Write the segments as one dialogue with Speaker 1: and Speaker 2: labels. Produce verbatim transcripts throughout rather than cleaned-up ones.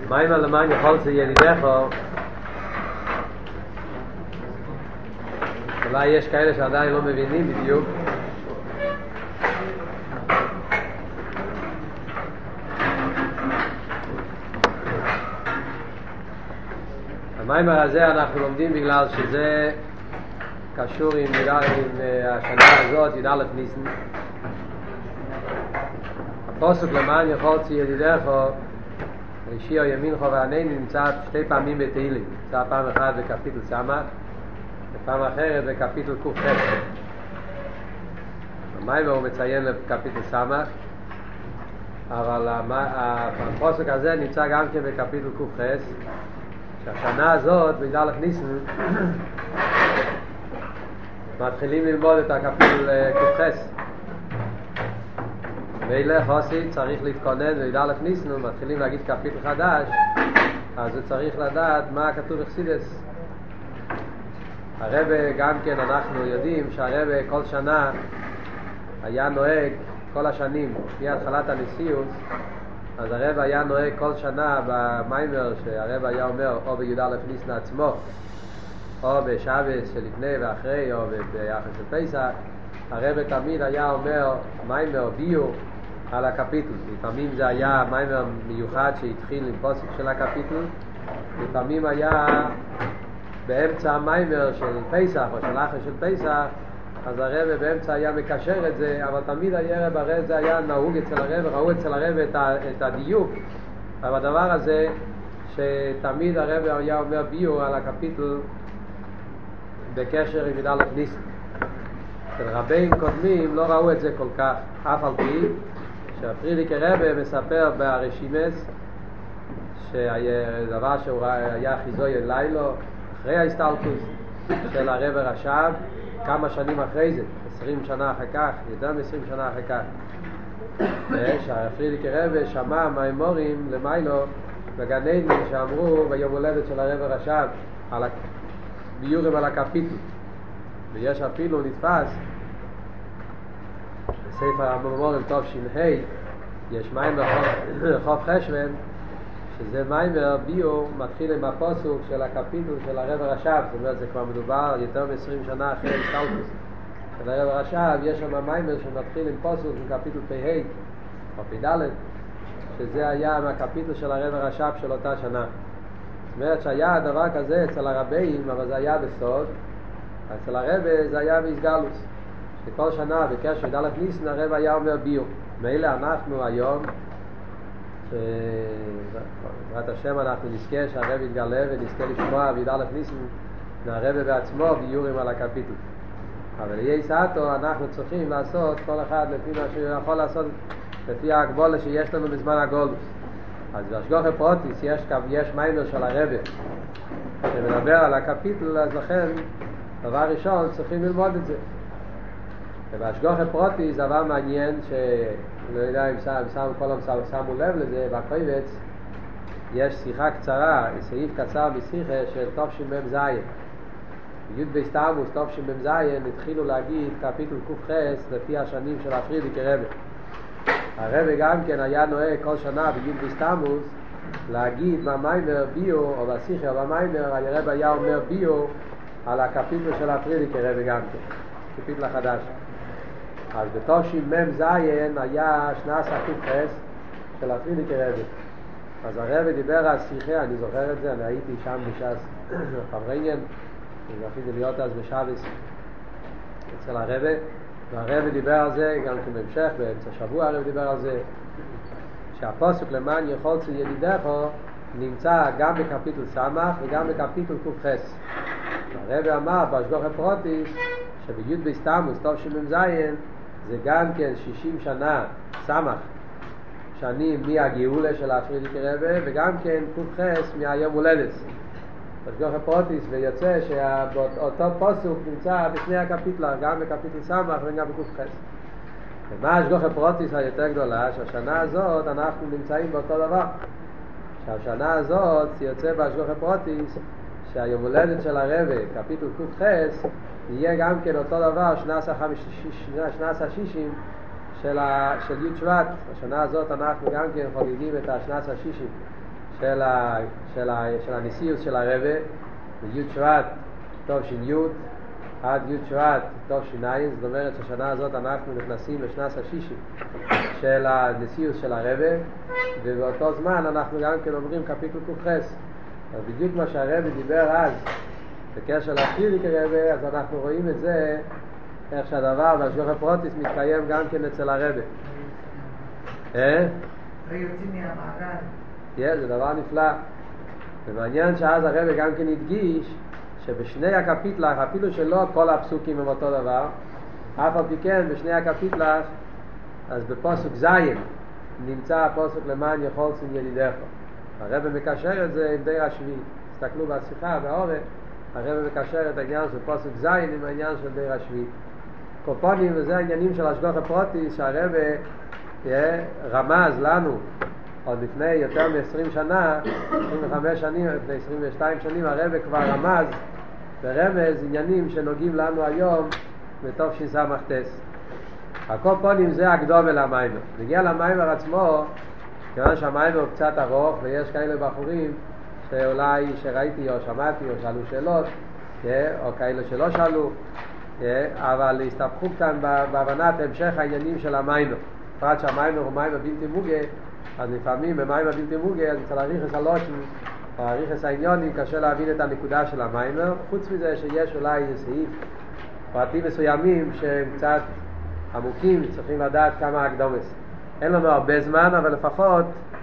Speaker 1: מים למען יכול זה ידידך, אולי יש כאלה שעדיין לא מבינים בדיוק. המים הזה אנחנו לומדים בגלל שזה קשור עם, עם השנה הזאת, י"א ניסן. הפסוק למען יכול זה ידידך אישי או ימינך וענני נמצא שתי פעמים בתהילים. נמצא פעם אחת בקפיטל סמך ופעם אחרת בקפיטל ק"ח. המיימר הוא מציין לקפיטל סמך, אבל הפסוק הזה נמצא גם כן בקפיטל ק"ח, שהשנה הזאת בי"א ניסן מתחילים ללמוד את הקפיטל ק"ח. ואלה חוסי צריך להתכונן בי"א ניסן, מתחילים להגיד קפיטל חדש, אז הוא צריך לדעת מה כתוב בחסידות. הרב גם כן אנחנו יודעים שהרב כל שנה היה נוהג, כל השנים מהתחלת הנשיאות, אז הרב היה נוהג כל שנה במיימר שהרב היה אומר או בי"א ניסן עצמו או בשבת שלפני ואחרי או ביחס של פסח. הרב תמיד היה אומר מיימר ביור על הקפיטל. לפעמים זה היה מיימר מיוחד שהתחיל עם פסוק של הקפיטל, לפעמים היה באמצע המיימר של פסח או של אחר של פסח, אז הרב באמצע היה מקשר את זה, אבל תמיד הרב, הרב זה היה נהוג אצל הרב, ראו אצל הרב את, ה, את הדיוק. אבל הדבר הזה שתמיד הרב היה אומר ביור על הקפיטל בקשר עם י"א ניסן. רבים קודמים לא ראו את זה כל כך, אף על פי שהפרידיקי רבי מספר ברשימס שדבר שהוא היה חיזוי לילו אחרי ההסתלקות של הרב רש"ב, כמה שנים אחרי זה, עשרים שנה אחר כך, יותר מ-עשרים שנה אחר כך, שהפרידיקי רבי שמע מהאמורים למיילו בגן עדן שאמרו ביום הולדת של הרב רש"ב על ביורים על הקפיטל. ויש אפילו נתפס בספר המאמרים טוב ש"ה, יש מיימר חוף חשבן, שזה מיימר ביור מתחיל עם הפסוק של הקפיטל של הרב רש"ב. זאת אומרת, זה כבר מדובר יותר מ-עשרים שנה אחרי ההסתלקות של הרב רש"ב. יש שם מיימר שמתחיל עם פסוק של קפיטל פ"ה או פ"ד, שזה היה מהקפיטל של הרב רש"ב של אותה שנה. זאת אומרת שהיה דבר כזה אצל הרבים, אבל זה היה בסוד. אצל הרב זה היה בהסגלוס, שכל שנה בקשר י"א ניסן הרב היה אומר ביור. מילא אנחנו היום, בעזרת השם אנחנו נזכה שהרב יתגלה ונזכה לשמוע בי"א ניסן מהרב בעצמו ביורים על הקפיטל. אבל יהיה סעתו, אנחנו צריכים לעשות כל אחד לפי מה שהוא יכול לעשות, לפי ההגבולה שיש לנו בזמן הגולוס. אז בהשגחה פרוטיס יש, יש מיימר של הרב שמדבר על הקפיטל, אז לכן דבר ראשון צריכים ללמוד את זה. ובהשגחה פרוטיס דבר מעניין שלא יודע אם שמו כל הם שמו לב לזה, בקויבץ יש שיחה קצרה, סעיף קצר בשיחה של תשמ"ז. י' בהסתעמוס תשמ"ז התחילו להגיד קפיטל ק"ח לפי השנים של הפרידיקי רבי. הרבי גם כן היה נוהג כל שנה בי' בהסתעמוס להגיד במיימר ביור או בשיחה או במיימר, הרבי היה אומר ביור על הקפיטל של הפרידיקי רבי גם כן, קפיטל החדש. אז בתשמ"ז היה שנס ק"ח של הפרידיקי רבי. אז הרבי דיבר על שיחה, אני זוכר את זה, אני הייתי שם בש"ס חבריינן, זכיתי להיות אז בשבס אצל הרבי, והרבי דיבר על זה גם כבהמשך, באמצע שבוע הרבי דיבר על זה, שהפסוק למען יכול זה ידידך נמצא גם בקפיטל סמך וגם בקפיטל ק"ח. הרבי אמר בהשגחה פרוטיס שבי' בהסתעמוס תשמ"ז זה גם כן שישים שנה סמך, שנים מהגאולה של הפרידיקי רבי, וגם כן ק"ח מהיום הולדת. בהשגחה פרוטיס ויוצא שאותו פסוק נמצא בשני הקפיטלה, גם בקפיטל סמך וגם בק"ח. ומה השגחה פרוטיס היותר גדולה? שהשנה הזאת אנחנו נמצאים באותו דבר. שהשנה הזאת יוצא בהשגחה פרוטיס שהיום הולדת של הרבי, קפיטל ק"ח, יהיה גם כן אותו דבר, שנס השישים של, של י' שבט. השנה הזאת אנחנו גם כן חוגגים את השנס השישים של, ה, של, ה, של הנשיאות של הרבה בי' שבט תש"י עד י' שבט תש"ע. זאת אומרת שהשנה הזאת אנחנו נכנסים לשנת השישי של הנשיאות של הרבה, ובאותו זמן אנחנו גם כן אומרים קפיקול קוחס. אז בדיוק מה שהרבה דיבר אז בקשר לפרידיקי רבה, אז אנחנו רואים את זה איך שהדבר בהשגחה פרוטיס מתקיים גם כן אצל הרבה. אה?
Speaker 2: לא יוצאים מהמעגל.
Speaker 1: כן, זה דבר נפלא. ומעניין שאז הרבה גם כן הדגיש שבשני הקפיטלח, אפילו שלא כל הפסוקים הם אותו דבר, אף על פי כן בשני הקפיטלח, אז בפסוק זין נמצא הפסוק למען יחולצון ידידיך. הרבה מקשר את זה עם דיר השביעי. תסתכלו בשיחה בעורף, הרבה מקשר את העניין של פסוק זין עם העניין של דיר השביעי. קופונים, וזה העניינים של השגחה פרוטיס שהרבה רמז לנו עוד לפני יותר מ-עשרים שנה, עשרים וחמש שנים, לפני עשרים ושתיים שנים, הרבה כבר רמז ורמז עניינים שנוגעים לנו היום בתוך שסמכתס. הקופונים זה הקדומה למיימר. נגיע למיימר עצמו, כיוון שהמיימר הוא קצת ארוך ויש כאלה בחורים שאולי שראיתי או שמעתי או שאלו שאלות, או כאלה שלא שאלו, אבל הסתבכו כאן בהבנת המשך העניינים של המיימר. בפרט שהמיימר הוא מיימר בלתי מוגה, אז לפעמים במיימר בלתי מוגה, אז אצל הריחס הלושן או הריחס העניונים קשה להבין את הנקודה של המיימר. חוץ מזה שיש אולי איזה סעיף פרטים מסוימים שהם קצת עמוקים, צריכים לדעת כמה הקדומס. אין לנו הרבה זמן, אבל לפחות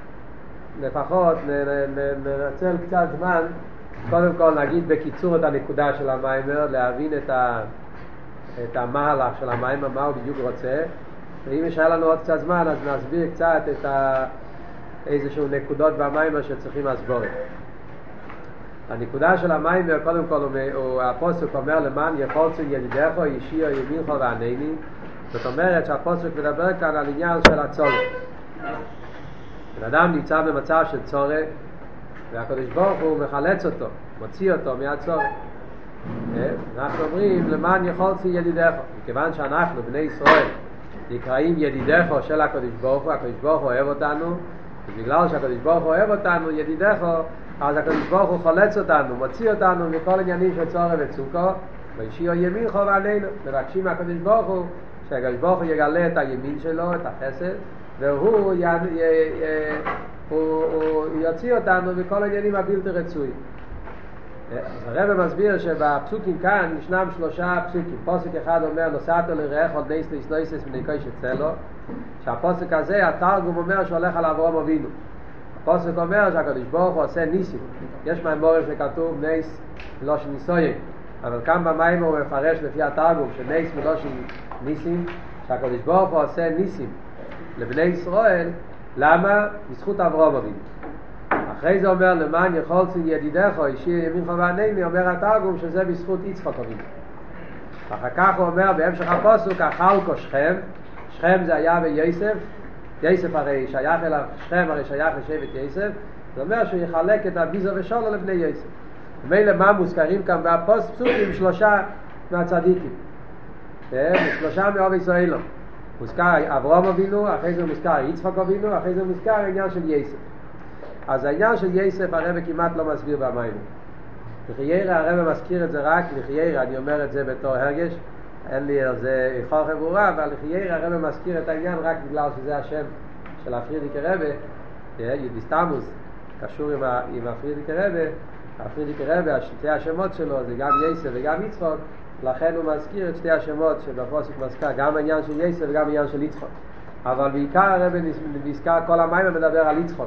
Speaker 1: לפחות ננצל קצת זמן קודם כל נגיד בקיצור את הנקודה של המיימר, להבין את, ה, את המהלך של המיימר, מה הוא בדיוק רוצה. ואם יש לנו עוד קצת זמן אז נסביר קצת את ה... איזשהו נקודות במיימר שצריכים להסבור. הנקודה של המיימר קודם כל הוא, הוא הפוסק אומר למען יחולצון ידידיך ישיע ימינך וענני. זאת אומרת שהפוסק מדבר כאן על עניין של הצורך. בן אדם נמצא במצב של צורך והקדוש ברוך הוא מחלץ אותו, מוציא אותו מהצורך. אנחנו אומרים למען יחולצון ידידיך, מכיוון שאנחנו בני ישראל נקראים ידידיך של הקדוש ברוך הוא, הקדוש ברוך הוא אוהב אותנו, ובגלל שהקדוש ברוך הוא אוהב אותנו ידידיך, אז הקדוש ברוך הוא חולץ אותנו, מוציא אותנו מכל עניינים של צורך וצוקו, וישיע ימינך ועננו. מבקשים מהקדוש ברוך הוא שהקדוש ברוך הוא יגלה את הימין שלו, את החסד, והוא י... י... י... הוא... הוא יוציא אותנו מכל העניינים הבלתי רצויים. אז הרב מסביר שבפסוקים כאן ישנם שלושה פסוקים. פסוק אחד אומר נוסעת לרעך עוד נייס ליסנויסס מניקוי שצלו, שהפסוק הזה התרגום אומר שהולך על אברהם אבינו. הפסוק אומר שהקדוש ברוך הוא עושה ניסים. יש מהמורים שכתוב נייס מלושן ניסויים, אבל כאן במיימר הוא מפרש לפי התרגום שנייס מלושן ניסים, שהקדוש ברוך הוא עושה ניסים לבני ישראל. למה? בזכות אברהם אבינו. אחרי זה אומר למען יחולצון ידידיך ישיע ימינך וענני, אומר התרגום שזה בזכות יצחק אבינו. אחר כך הוא אומר בהמשך הפסוק החלקו שכם. שכם זה היה ביוסף, יוסף הרי שייך אליו, שכם הרי שייך לשבט יוסף. זה אומר שהוא יחלק את הביזו ושולו לבני יוסף. ומילא מה מוזכרים כאן בפסוקים? שלושה מהצדיקים, שלושה מאוב ישראלו. מוזכר אברהם אבינו, אחרי זה מוזכר יצחק אבינו, אחרי זה מוזכר העניין של יוסף. אז העניין של יוסף הרב כמעט לא מסביר במיימר. לחיירה הרב מזכיר את זה רק לחיירה, אני אומר את זה בתור הרגש, אין לי על זה חור חבורה, אבל לחיירה הרב מזכיר את העניין רק בגלל שזה השם של הפרידיקי רבה. ידיסטמוס קשור עם, ה, עם הפרידיקי רבה. הפרידיקי רבה, שתי השמות שלו זה גם יוסף וגם יצחק, לכן הוא מזכיר את שתי השמות שבפוסק מזכר גם העניין של יוסף וגם העניין של יצחק. אבל בעיקר הרב נזכר, כל המיימר מדבר על יצחק,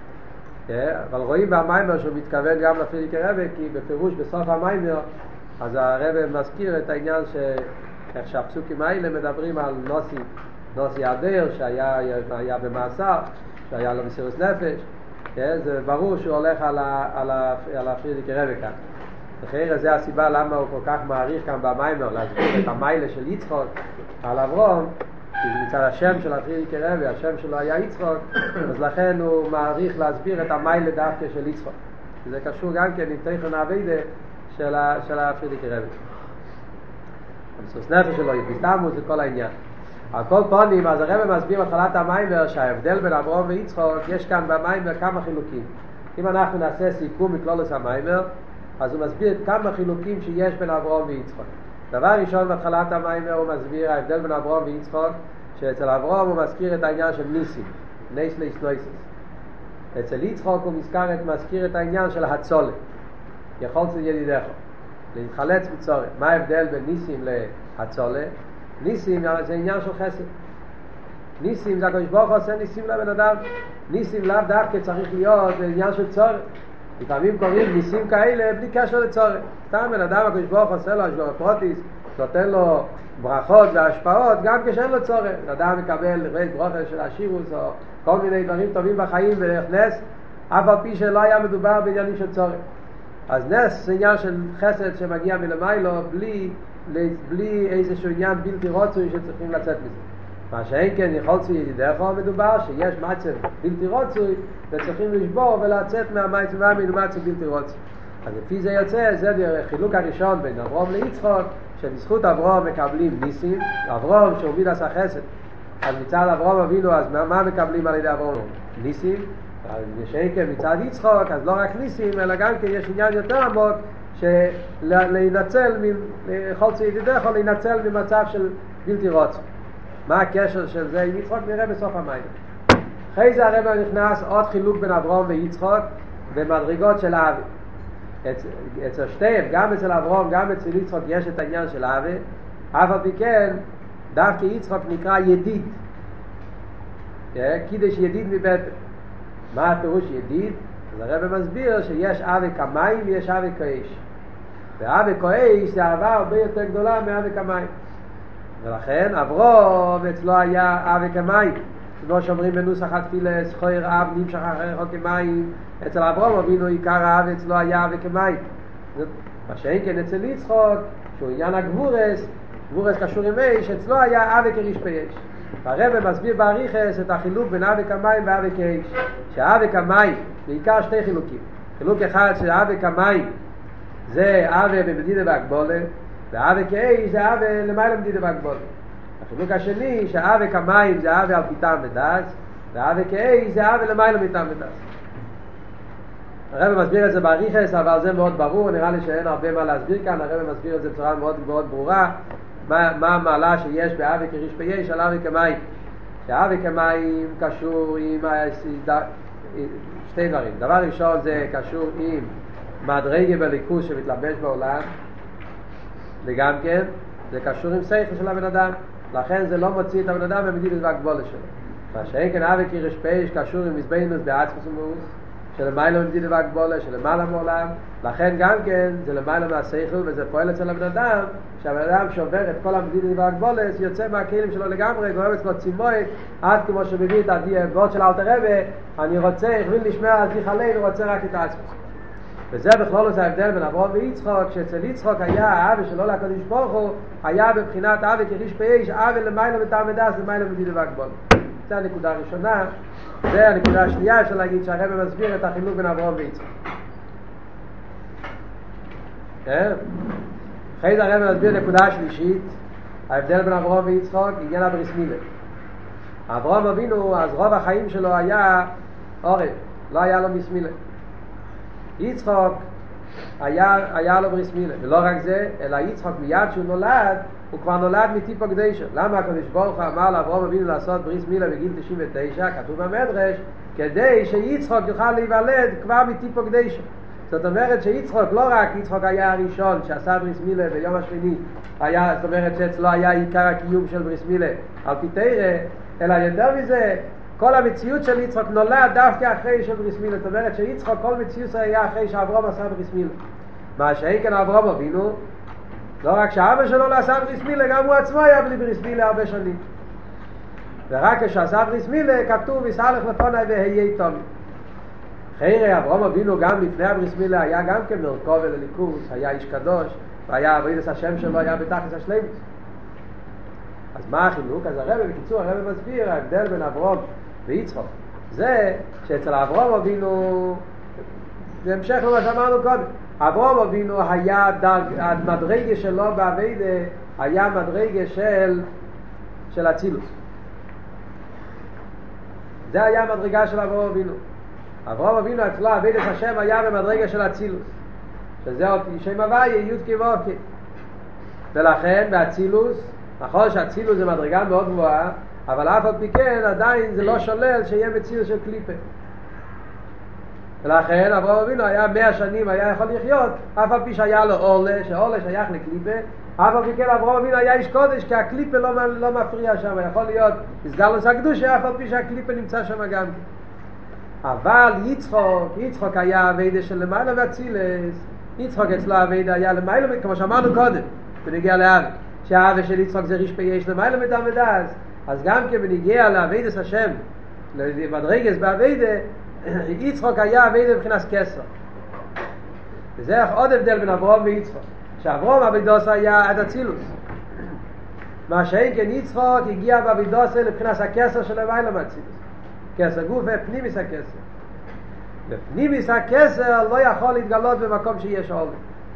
Speaker 1: אבל רואים במיימר שהוא מתכוון גם לפרידיקי רבה, כי בפירוש בסוף המיימר אז הרב מזכיר את העניין שאיך שהפסוקים האלה מדברים על נוסי נוסי הדר שהיה היה במאסר, שהיה לו מסירות נפש. זה ברור שהוא הולך על, ה, על, ה, על הפרידיקי רבה כאן. אחרי זה הסיבה למה הוא כל כך מעריך כאן במיימר להסביר את המיילה של יצחק על אברהם, כי זה מצד השם של הפרידיקי רבה, השם שלו היה יצחק, אז לכן הוא מעריך להסביר את המיילה דווקא של יצחק. זה קשור גם כן עם תכן העבודה של, של הפרידיקי רבה. המסירות נפש שלו, ידיסטמוס, זה כל העניין. על כל פנים, אז הרב מסביר בתחילת המיימר שההבדל בין אברהם ויצחק, יש כאן במיימר כמה חילוקים. אם אנחנו נעשה סיכום מכלולוס המיימר, אז הוא מסביר כמה חילוקים שיש בין אברהם ויצחק. דבר ראשון בהתחלת המיימר הוא מסביר ההבדל בין אברהם ויצחק, שאצל אברהם הוא מזכיר את העניין של ניסים, ניס ליס נויסס. אצל יצחק הוא מזכיר את, מזכיר את העניין של הצולה, יכול להיות ידידך, להתחלץ מצורת. מה ההבדל בין ניסים להצולה? ניסים זה עניין של חסד. ניסים זה הקדוש ברוך הוא עושה ניסים לבן אדם. ניסים לאו דווקא צריך להיות עניין של צורת. לפעמים קוראים ניסים כאלה בלי קשר לצורת. סתם בן אדם הקדוש ברוך הוא עושה לו השגחה פרוטיס, נותן לו ברכות והשפעות גם כשאין לו צורת. אדם מקבל ברכה של השירוס או כל מיני דברים טובים בחיים בדרך נס, אף על פי שלא היה מדובר בעניינים של צורת. אז נס זה עניין של חסד שמגיע מלמיילו בלי, בלי איזשהו עניין בלתי רוצוי שצריכים לצאת מזה. מה שאין כן יכול להיות ידידך מדובר שיש מצב בלתי רוצוי וצריכים לשבור ולצאת מהמצב מהמצב בלתי רוצוי. אז לפי זה יוצא, זה החילוק הראשון בין אברהם ליצחק, שבזכות אברהם מקבלים ניסים. אברהם שהוא מידת החסד, אז מצד אברהם אבינו, אז מה, מה מקבלים על ידי אברהם? ניסים. שאין כן מצד יצחק, אז לא רק ניסים, אלא גם כן יש עניין יותר עמוק שלהינצל, יכול להיות ידידך, להינצל ממצב של בלתי רוצוי. מה הקשר של זה עם יצחק? נראה בסוף המים. אחרי זה הרב נכנס עוד חילוק בין אברהם ויצחק במדרגות של אבי. אצל שתיהם, גם אצל אברהם, גם אצל יצחק יש את העניין של אבי. אף על פי כן, דווקא יצחק נקרא ידיד. קידש ידיד מבטן. מה הפירוש ידיד? אז הרב מסביר שיש אבי כמים ויש אבי כאש. ואבי כאש זה אהבה הרבה יותר גדולה מאבי כמים. ולכן אברהם אצלו היה אבי כמים, כמו שאומרים בנוסח התפילה זכור אב נמשך אחריך כמים. אצל אברהם אבינו עיקר האב אצלו היה אבי כמים. מה שאין כן אצל יצחק שהוא עניין הגבורס, גבורס קשור עם אש, אצלו היה אבי כריש פייש. והרב מסביר בעריכס את החילוק בין אבי כמים ואבי כאש, שאבי כמים בעיקר שתי חילוקים. חילוק אחד של אבי כמים זה אבי במדינה והגבולה, ואבי כאש זה אבי למעלה מדידה והגבולה. החילוק השני שאבי כמים זה אבי על פיתם ודס, ואבי כאש זה אבי למעלה מפיתם ודס. הרב מסביר את זה בעריכס, אבל זה מאוד ברור, נראה לי שאין הרבה מה להסביר כאן. הרב מסביר את זה בצורה מאוד מאוד ברורה, מה, מה המעלה שיש באבי כריש פייש על אבי כמים. שאבי כמים קשור עם שתי דברים. דבר ראשון זה קשור עם מדרגה בליכוז שמתלבש בעולם, וגם כן זה קשור עם שכל של הבן אדם, לכן זה לא מוציא את הבן אדם במדידת והגבולה שלו. מה שאין כן אבי כריש פייש קשור עם מזבנוס בעצמוס ומאוס, שלמעלה ממדידת והגבולה, שלמעלה מעולם, לכן גם כן זה למעלה מהשכל, וזה פועל אצל הבן אדם, שהבן אדם שעובר את כל המדידת והגבולה יוצא מהכלים שלו לגמרי, גורם אצלו צימוי, עד כמו שמביא את הוורד של אלתר רבי, אני רוצה, הכווין לשמוע על תיך עלינו, רוצה רק את עצמוס. וזה בכלול זה ההבדל בין אברהם ויצחק, שאצל יצחק היה האבי שלו לקדוש ברוך הוא, היה בבחינת אבי כריש פייש, אבי למעלה מטעם ודס, למעלה מדידת והגבולה. זה הנקודה הראשונה. זה הנקודה השנייה, אפשר להגיד שהרב מסביר את החילוק בין אברהם ויצחק. אחרי זה הרב מסביר נקודה השלישית, ההבדל בין אברהם ויצחק, עניין הבריס מילה. אברהם אבינו, אז רוב החיים שלו היה עורב, לא היה לו בריס מילה. יצחק היה, היה לו בריס מילה, ולא רק זה, אלא יצחק מיד שהוא נולד, הוא כבר נולד מטיפו קדושה. למה הקדוש ברוך הוא אמר לאברהם אבינו לעשות בריס מילה בגיל תשעים ותשע? כתוב במדרש, כדי שיצחק יוכל להיוולד כבר מטיפו קדשה. זאת אומרת שיצחק, לא רק יצחק היה הראשון שעשה בריס מילה ביום השני, היה, זאת אומרת שאצלו היה עיקר הקיום של בריס מילה על פי תורה, אלא יותר מזה, כל המציאות של יצחק נולד דווקא אחרי של בריס מילה. זאת אומרת שיצחק כל מציאות היה אחרי שאברהם עשה בריס מילה. מה שאין כן אברהם אבינו, לא רק שהאבא שלו לא עשה בריס מילה, גם הוא עצמו היה בלי בריס מילה הרבה שנים. ורק כשעשה בריס מילה כתוב ויסלח לפני והיה תומי. אחרי אברהם אבינו גם לפני הבריס מילה היה גם כן מרכוב ולליכוז, היה איש קדוש, והיה עבודת השם שלו היה בתכלס השלמות. אז מה החילוק? אז הרב בקיצור הרב מסביר ההבדל בין אברהם ויצחק זה שאצל אברהם אבינו, זה המשך למה שאמרנו קודם, אברהם אבינו היה דרג, המדרגה שלו בעבודה היה מדרגה של של אצילוס. זה היה המדרגה של אברהם אבינו. אברהם אבינו אצלו עבודת השם היה במדרגה של אצילוס, שזה שם הוויה י' כ' ו' כ'. ולכן באצילוס, נכון שאצילוס זה מדרגה מאוד גבוהה, אבל אף על פי כן עדיין זה לא שולל שיהיה מציאות של קליפה. ולכן אברהם אבינו היה מאה שנים היה יכול לחיות, אף על פי שהיה לו עולה, שעולה שייך לקליפה, אף על פי כן אברהם אבינו היה איש קודש, כי הקליפה לא, לא מפריע שם, יכול להיות מסגלוס הקדושה, אף על פי שהקליפה נמצא שם גם. אבל יצחוק, יצחוק היה עבודה של למעלה ואצילס, יצחוק אצלו עבודה היה למעלה, כמו שאמרנו קודם, בנגיע לאבא, שהאבא של יצחוק זה ריש פייש למעלה מתעמדס, אז גם כבנגיע לעבודת השם, למדרגס בעבודה, יצחוק היה עבודה מבחינת כסר. וזה עוד הבדל בין אברהם ויצחוק, שאברהם עבודתו היה עד אצילוס, מה שאין כן יצחוק הגיע בעבודתו לבחינת הכסר של למעלה מאצילוס, כסר גוף ופנימיס הכסר. ופנימיס הכסר לא יכול להתגלות במקום שיש עולה.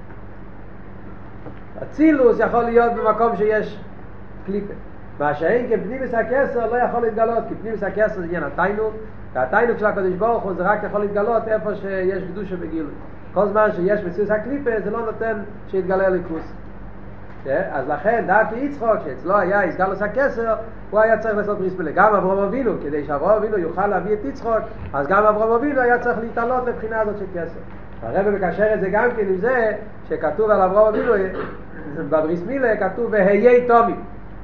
Speaker 1: אצילוס יכול להיות במקום שיש קליפה, מה שאין כן פנימיס הכסר לא יכול להתגלות, כי פנימיס הכסר זה עניין התיינוק, והתיינוק של הקדוש ברוך הוא זה רק יכול להתגלות איפה שיש קדושה בגילוי. כל זמן שיש מציאות הקליפה זה לא נותן שיתגלה ליכוס. אז לכן דווקא יצחוק שאצלו היה הסגלוס הכסר, הוא היה צריך לעשות בריס מילה. גם אברהם אבינו, כדי שאברהם אבינו יוכל להביא את יצחוק, אז גם אברהם אבינו היה צריך להתעלות לבחינה הזאת של כסר. הרב מקשר את זה גם כן עם זה שכתוב על אברהם אבינו בבריס מילה, כתוב והיה תומים.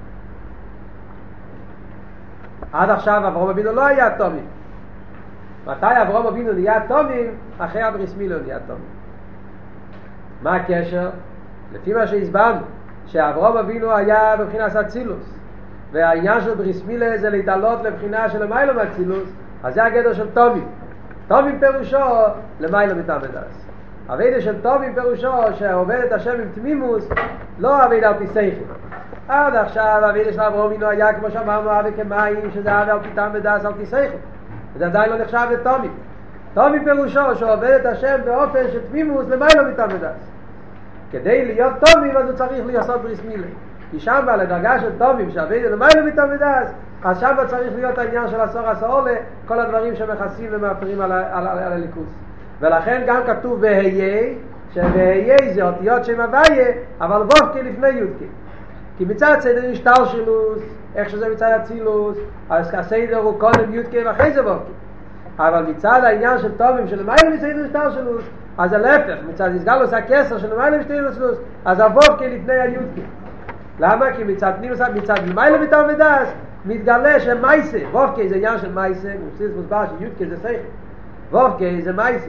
Speaker 1: עד עכשיו אברהם אבינו לא היה תומים. מתי אברהם אבינו נהיה תומים? אחרי הבריס מילה נהיה תומים. מה הקשר? לפי מה שהסברנו, שאברהם אבינו היה בבחינת אצילוס, והעניין של בריס מילה זה להתעלות לבחינה של למעלה מאצילוס, אז זה הגדר של תומים. תומים פירושו למעלה מתעמדס. עבודה של תומים פירושו שעובד את השם עם תמימוס, לא עבודה על פי שכל. עד עכשיו העבודה של אברהם אבינו היה כמו שאמרנו עבודה כמים, שזה עבודה על פי תעמדס על פי שכל. וזה עדיין לא נחשב לתומים. תומים פירושו שעובד את השם באופן של תמימוס למעלה מתעמדס. כדי להיות תומים אז הוא צריך לעשות בריס מילה, כי שם לדרגה של תומים שעבד למעלה מתעמדס, אז שם צריך להיות העניין של עשור עשור כל הדברים שמכסים ומאפרים על, על, על, על הליכוס. ולכן גם כתוב והיה, שוהיה זה אותיות שם הוויה, אבל וובקה לפני יודקה, כי מצד סדר יש תלשלוס, איך שזה מצד אצילוס, אז הסדר הוא קודם יודקה ואחרי זה וובקה. אבל מצד העניין של תומים של למעלה מסדר יש תלשלוס, אז הלפך, מצד הסגלוס הכסר של למעלה משתילוסלוס, אז הוובקה לפני היודקה. למה? כי מצד פנימוס, מצד למעלה מתעמדס, מתגלה שמייסה, וובקה זה עניין של מייסה, מפסיס מוסבר שיודקה זה שכל, וובקה זה מייסה.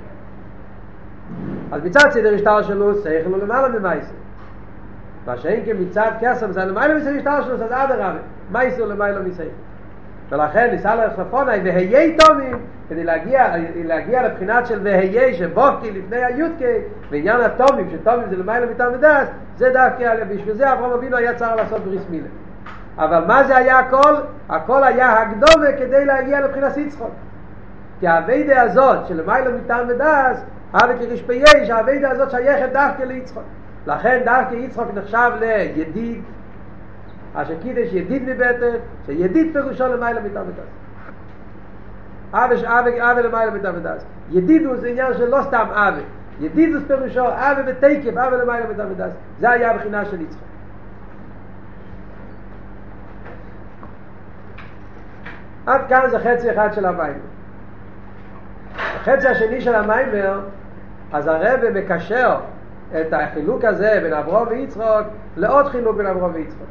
Speaker 1: אז מצד סדר השטר שלו, שכל הוא למעלה ממייסה. מה שאין כמצד כסר, זה למעלה מסדר השטר שלו, אז עד הרבה, מייסה הוא למעלה משכל. ולכן ניסה לרחפונה והיה תומים, כדי להגיע, להגיע לבחינת של והיה שבובקי לפני היודקה, ועניין התומים, שתומים זה למעלה מתעמדס, זה דווקא, בשביל זה אברהם אבינו היה צריך לעשות בריס מילה. אבל מה זה היה הכל? הכל היה הקדומה כדי להגיע לבחינת יצחוק. כי העבודה הזאת של למעלה מתעמדס, אבל כריש פייש, העבודה הזאת שייכת דווקא ליצחוק. לכן דווקא יצחוק נחשב לידיד, אשר קידש ידיד מבטר, שידיד פירושו למעלה מתעמדס. אבא אבא אבא למעלה מתעמדס. ידיד הוא זה עניין של לא סתם אבא. ידיד הוא פירושו אבא בתקף, אבא למעלה מתעמדס. זה היה הבחינה של יצחק. עד כאן זה חצי אחד של המיימר. החצי השני של המיימר, אז הרב מקשר את החילוק הזה בין אברהם ויצחק לעוד חילוק בין אברהם ויצחק.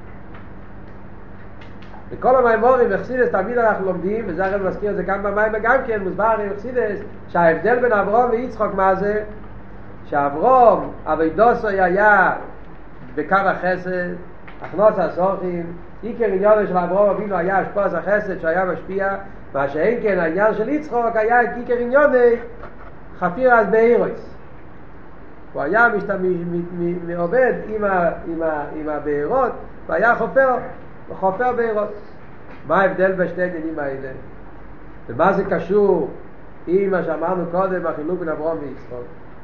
Speaker 1: בכל המיימורים בחסידס תמיד אנחנו לומדים, וזה הרב מזכיר את זה גם במיימר גם כן, מוסבר בחסידס, שההבדל בין אברהם ויצחק מה זה? שאברהם, עבודתו היה בקו החסד, הכנוס הסורכים, עיקר עניין של אברהם אבינו היה השפעת החסד שהיה משפיע, מה שאין כן העניין של יצחק היה עיקר עניין חפיר אז באירוס. הוא היה מעובד עם, עם, עם הבארות, והיה חופר, חופר בארות. מה ההבדל בשתי העניינים האלה? ומה זה קשור עם מה שאמרנו קודם, החילוק בין אברהם ויצחק?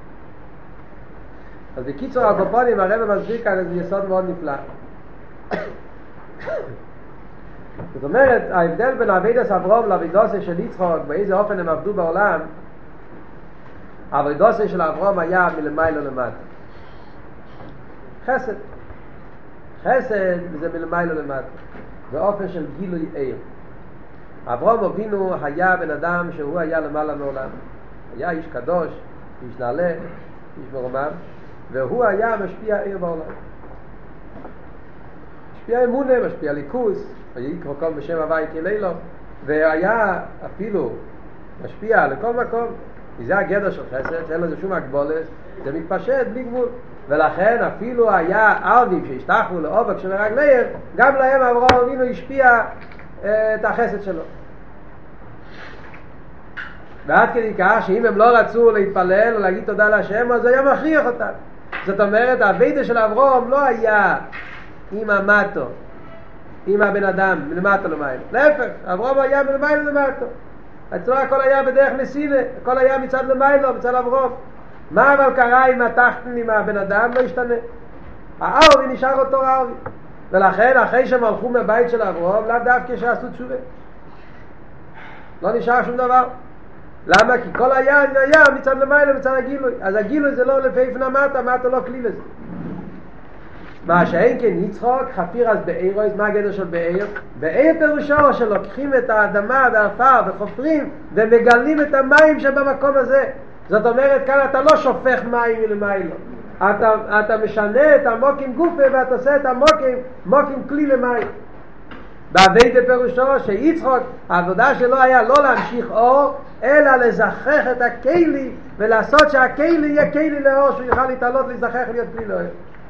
Speaker 1: אז בקיצור הקופונים הרב מסביר כאן איזה יסוד מאוד נפלא. זאת אומרת, ההבדל בין עבודת אברהם לעבודתו של יצחק, באיזה אופן הם עבדו בעולם, העבודה של אברהם היה מלמעלה למטה. חסד. חסד זה מלמעלה למטה. זה אופן של גילוי עיר. אברהם אבינו היה בן אדם שהוא היה למעלה מעולם. היה איש קדוש, איש נעלה, איש מרומם, והוא היה משפיע עיר בעולם. משפיע אמונה, משפיע ליכוס, ויקרא כל בשם הווי כלילו, והיה אפילו משפיע לכל מקום. וזה הגדר של חסד, שאין לזה שום הגבולת, זה מתפשט בלי גבול. ולכן אפילו היה ערבים שהשתחו לעובק של הרגליהם, גם להם אברהם אבינו השפיע אה, את החסד שלו. ועד כדי כך שאם הם לא רצו להתפלל או להגיד תודה להשם, אז היה מכריח אותם. זאת אומרת, העבודה של אברהם לא היה עם המטו, עם הבן אדם, מלמטה למעלה. להפך, אברהם היה מלמעלה למטה. אצלו הכל היה בדרך נסינה, הכל היה מצד למעלה, מצד אברהם. מה אבל קרה עם התחתן, עם הבן אדם? לא השתנה. הערבי נשאר אותו ערבי. ולכן אחרי שהם הלכו מהבית של אברהם, לאו דווקא שעשו תשובה. לא נשאר שום דבר. למה? כי כל היה היה מצד למעלה, מצד הגילוי. אז הגילוי זה לא לפי פנה מטה, מטה לא כלי לזה. מה שאין כן יצחק חפיר אז בעיר, מה הגדר של בעיר? בעיר פירושו שלוקחים את האדמה והעפר וחופרים ומגלים את המים שבמקום הזה. זאת אומרת, כאן אתה לא שופך מים מלמיילו, אתה, אתה משנה את המוקים גופה ואתה עושה את המוקים מוקים כלי למים. בעבודה פירושו שיצחק העבודה שלו היה לא להמשיך אור, אלא לזכח את הכלי ולעשות שהכלי יהיה כלי לאור, שהוא יוכל להתעלות לזכח להיות כלי לאור.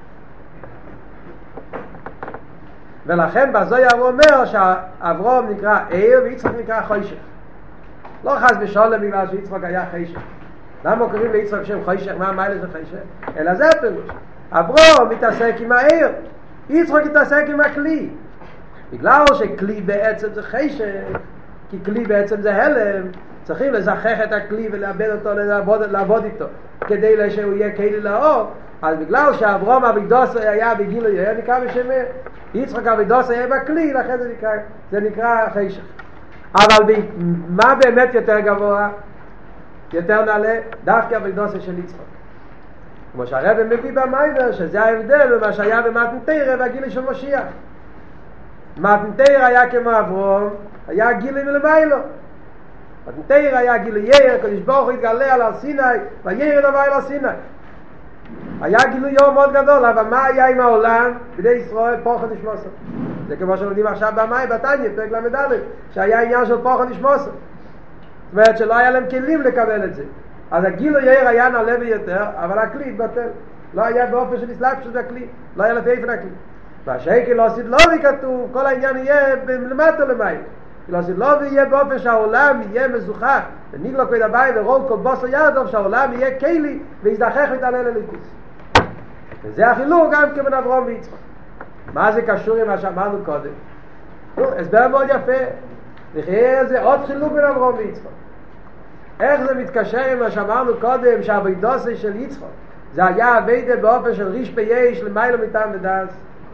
Speaker 1: ולכן בזוהר הוא אומר שאברהם נקרא עיר ויצחק נקרא חושך. לא חס ושלום בגלל שיצחק היה חושך. למה קוראים ליצחק שם חושך? מה המיילה של חושך? אלא זה הפירוש. אברהם מתעסק עם העיר, יצחק מתעסק עם הכלי. בגלל שכלי בעצם זה חושך, כי כלי בעצם זה הלם, צריכים לזכח את הכלי ולאבד אותו, לעבוד, לעבוד איתו, כדי שהוא יהיה כלי לאור. אז בגלל שאברהם אבידוס היה בגילוי, היה נקרא בשם יצחק אבידוס היה בכלי, לכן זה נקרא, זה נקרא חשך. אבל מה באמת יותר גבוה, יותר נעלה? דווקא אבידוס של יצחק. כמו שהרב מביא במיימר, שזה ההבדל במה שהיה במתן תורה והגילוי של משיח. מתן תורה היה כמו אברהם, היה גילוי מלמיילו. מתן תורה היה גילוי יאיר, הקדוש ברוך הוא התגלה על הר סיני, וירד הווי על הר סיני. היה גילוי יום מאוד גדול, אבל מה היה עם העולם? בידי ישראל פוחד נשמוסו. זה כמו שלומדים עכשיו במים, בתניא, פרק למד א', שהיה עניין של פוחד נשמוסו. זאת אומרת שלא היה להם כלים לקבל את זה. אז הגילוי יאיר היה נעלה ביותר, אבל הכלי התבטל. לא היה באופן של הסלבשות הכלי, לא היה לפי איפן הכלי. והשקל לא עשית לובי כתוב, כל העניין יהיה למטה למים. לא עשית לובי יהיה באופן שהעולם יהיה מזוכח, ונגלוק בית הבית ורוב כל בוסר ירדוב, שהעולם יהיה כלי ויזדחך מתעלה לליכוס. וזה החילוק גם כבן אברהם ויצחק. מה זה קשור עם מה שאמרנו קודם? הסבר מאוד יפה. וכי זה עוד חילוק בין אברהם ויצחק. איך זה מתקשר עם מה שאמרנו קודם, שהעבודה של יצחק זה היה עבודה באופן של ריש פייש למיילו מטעם ודס,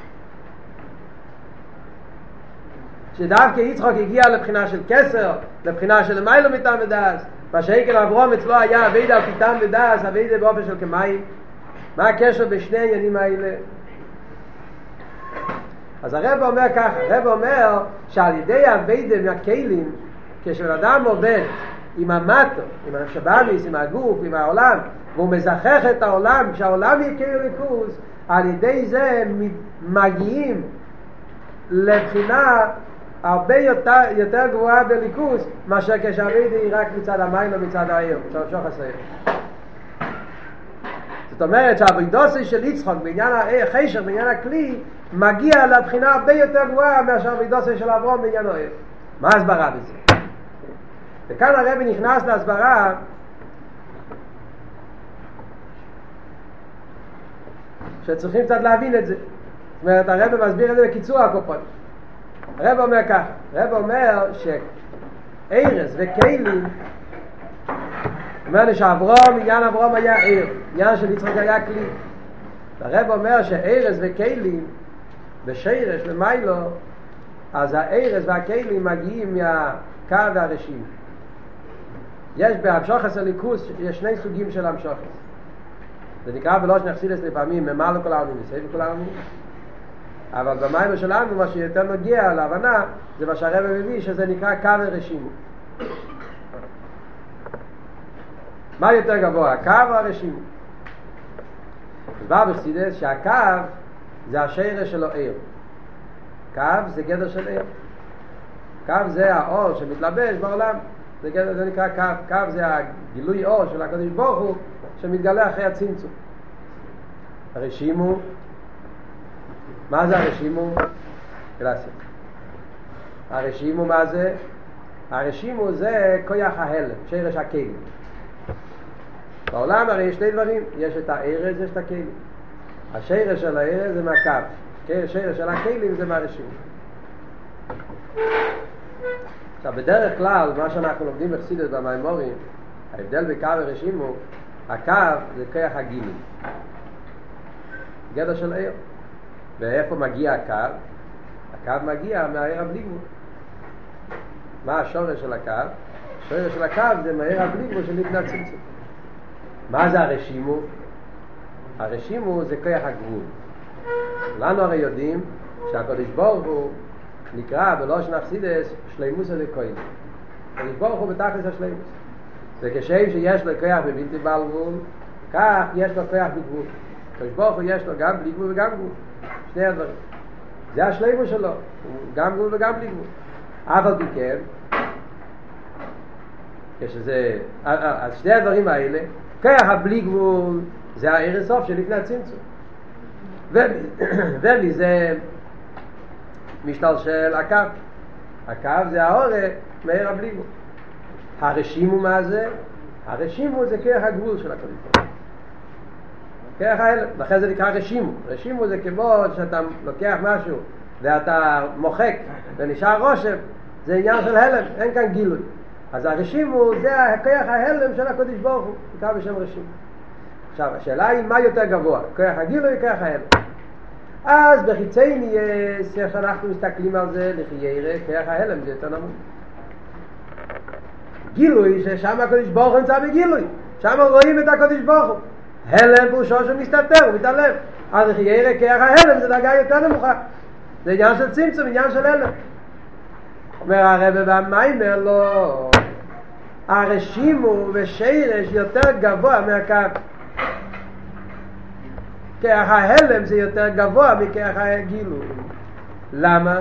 Speaker 1: שדווקא יצחק הגיע לבחינה של כסר, לבחינה של למיילו מטעם ודס, מה שהקל אברהם אצלו היה עבודה על פתאום ודס, עבודה באופן של כמים. מה הקשר בשני העניינים האלה? אז הרב אומר ככה, הרב אומר שעל ידי העבודה מהכלים, כשבן אדם עובד עם המטו, עם הנפשבאמיס, עם הגוף, עם העולם, והוא מזכח את העולם, כשהעולם יקיר ריכוז, על ידי זה מגיעים לבחינה הרבה יותר, יותר גבוהה בליכוז, מאשר כשהעבודה היא רק מצד המים ומצד העיר, מצד שוח הסעיר. זאת אומרת שהעבודה של יצחק בעניין החשך, בעניין הכלי, מגיע לבחינה הרבה יותר גבוהה מאשר העבודה של אברהם בעניין העיר. מה הסברה בזה? וכאן הרב נכנס להסברה שצריכים קצת להבין את זה. זאת אומרת, הרב מסביר את זה בקיצור הקופות. הרב אומר ככה, הרב אומר שארז וכלים, אומר שאברהם, עניין אברהם היה עיר, עניין של יצחק היה כלי. הרב אומר שארז וכלים בשרש ומיילו אז הארז והכלים מגיעים מהקו והרשימו. יש בהמשוכס הליכוס, יש שני סוגים של המשוכס. זה נקרא בלושן חסידות לפעמים ממלא כל העלמין וסייב כל העלמין. אבל במים שלנו מה שיותר נוגע להבנה זה מה שהרב מביא, שזה נקרא קו ורשימו. מה יותר גבוה, הקו או הרשימו? דבר בחסידות שהקו זה השרש של העיר. קו זה גדר של עיר. קו זה האור שמתלבש בעולם, זה, גדר, זה נקרא קו. קו זה הגילוי אור של הקדוש ברוך הוא שמתגלה אחרי הצמצום. הרשימו, מה זה הרשימו? קלאסי. הרשימו מה זה? הרשימו זה כוח ההלם, שרש הכלים. בעולם הרי יש שני דברים, יש את הארץ, יש את הכלים. השרש של הארץ זה מהקו, השרש של הכלים זה מהרשימו. עכשיו בדרך כלל מה שאנחנו לומדים בחסידות במימורים, ההבדל בין קו ורשימו, הקו זה כוח הגילוי, גדר של עיר. ואיפה מגיע הקו? הקו מגיע מהעיר הבלי גבול. מה השורש של הקו? השורש של הקו זה מהעיר הבלי גבול של לפני הצמצום. מה זה הרשימו? הרשימו זה כוח הגבול. לנו הרי יודעים שהקדוש ברוך הוא נקרא בלושן חסידות שלימוס אלוקי. הקדוש ברוך הוא בתכלס השלימוס. וכשם שיש לו כוח בבלתי בעל גבול, כך יש לו כוח בגבול. הקדוש ברוך הוא יש לו גם בלי גבול וגם גבול. שני הדברים. זה השלימוס שלו, גם גבול וגם בלי גבול. אבל בכן, כשזה, אז שני הדברים האלה, כוח הבלי גבול זה העיר הסוף שלפני הצמצום. ומזה משתלשל הקו. הקו זה האור מהעיר הבלי גבול. הרשימו מה זה? הרשימו זה כוח הגבול של הקדוש ברוך הוא. כוח ההלם, לכן זה נקרא רשימו. רשימו זה כמו שאתה לוקח משהו ואתה מוחק ונשאר רושם, זה עניין של הלם, אין כאן גילוי. אז הרשימו זה כוח ההלם של הקדוש ברוך הוא, נקרא בשם רשימו. עכשיו השאלה היא מה יותר גבוה, כוח הגילוי או כוח ההלם? אז בחיצי נהיה שאנחנו מסתכלים על זה לחיירה, כוח ההלם זה יותר נמוך. גילוי ששם הקדוש ברוך הוא נמצא בגילוי, שם רואים את הקדוש ברוך הוא. הלם פרושו שמסתתר, הוא מתעלם. אז חיירה כוח ההלם זה דרגה יותר נמוכה. זה עניין של צמצום, עניין של הלם. אומר הרב במיימר לא, הרשימו ושרש יותר גבוה מהקו. כוח ההלם זה יותר גבוה מכוח הגילוי. למה?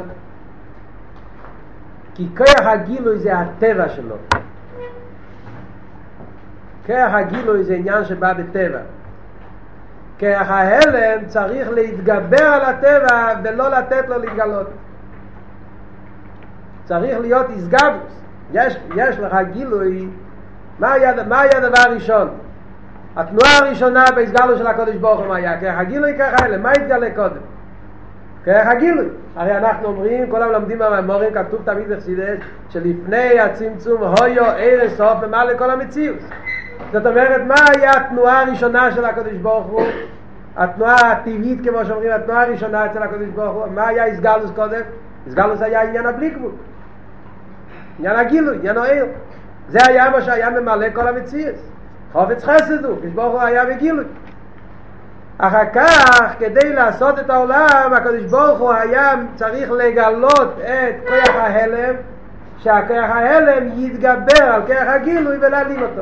Speaker 1: כי כוח הגילוי זה הטבע שלו. כוח הגילוי זה עניין שבא בטבע. כוח ההלם צריך להתגבר על הטבע ולא לתת לו להתגלות. צריך להיות הסגבוס. יש, יש לך גילוי. מה היה, מה היה הדבר הראשון? התנועה הראשונה בהסגלות של הקדוש ברוך הוא מה היה? כוח הגילוי, כוח ההלם. מה התגלה קודם? כוח הגילוי. הרי אנחנו אומרים, כל המלמדים המאמרים, כתוב תמיד בחסידות, שלפני הצמצום הויו ערש סוף ממלא כל המציאות. זאת אומרת, מה היה התנועה הראשונה של הקדוש ברוך הוא? התנועה הטבעית, כמו שאומרים, התנועה הראשונה אצל הקדוש ברוך הוא. מה היה הסגלוס קודם? הסגלוס היה עניין הבלי גבול, עניין הגילוי, עניין העיר. זה היה מה שהיה ממלא כל המציאות. חופץ חסד הוא, הקדוש ברוך הוא היה בגילוי. אחר כך, כדי לעשות את העולם, הקדוש ברוך הוא היה צריך לגלות את כוח ההלם, שהכוח ההלם יתגבר על כוח הגילוי ולהעלים אותו.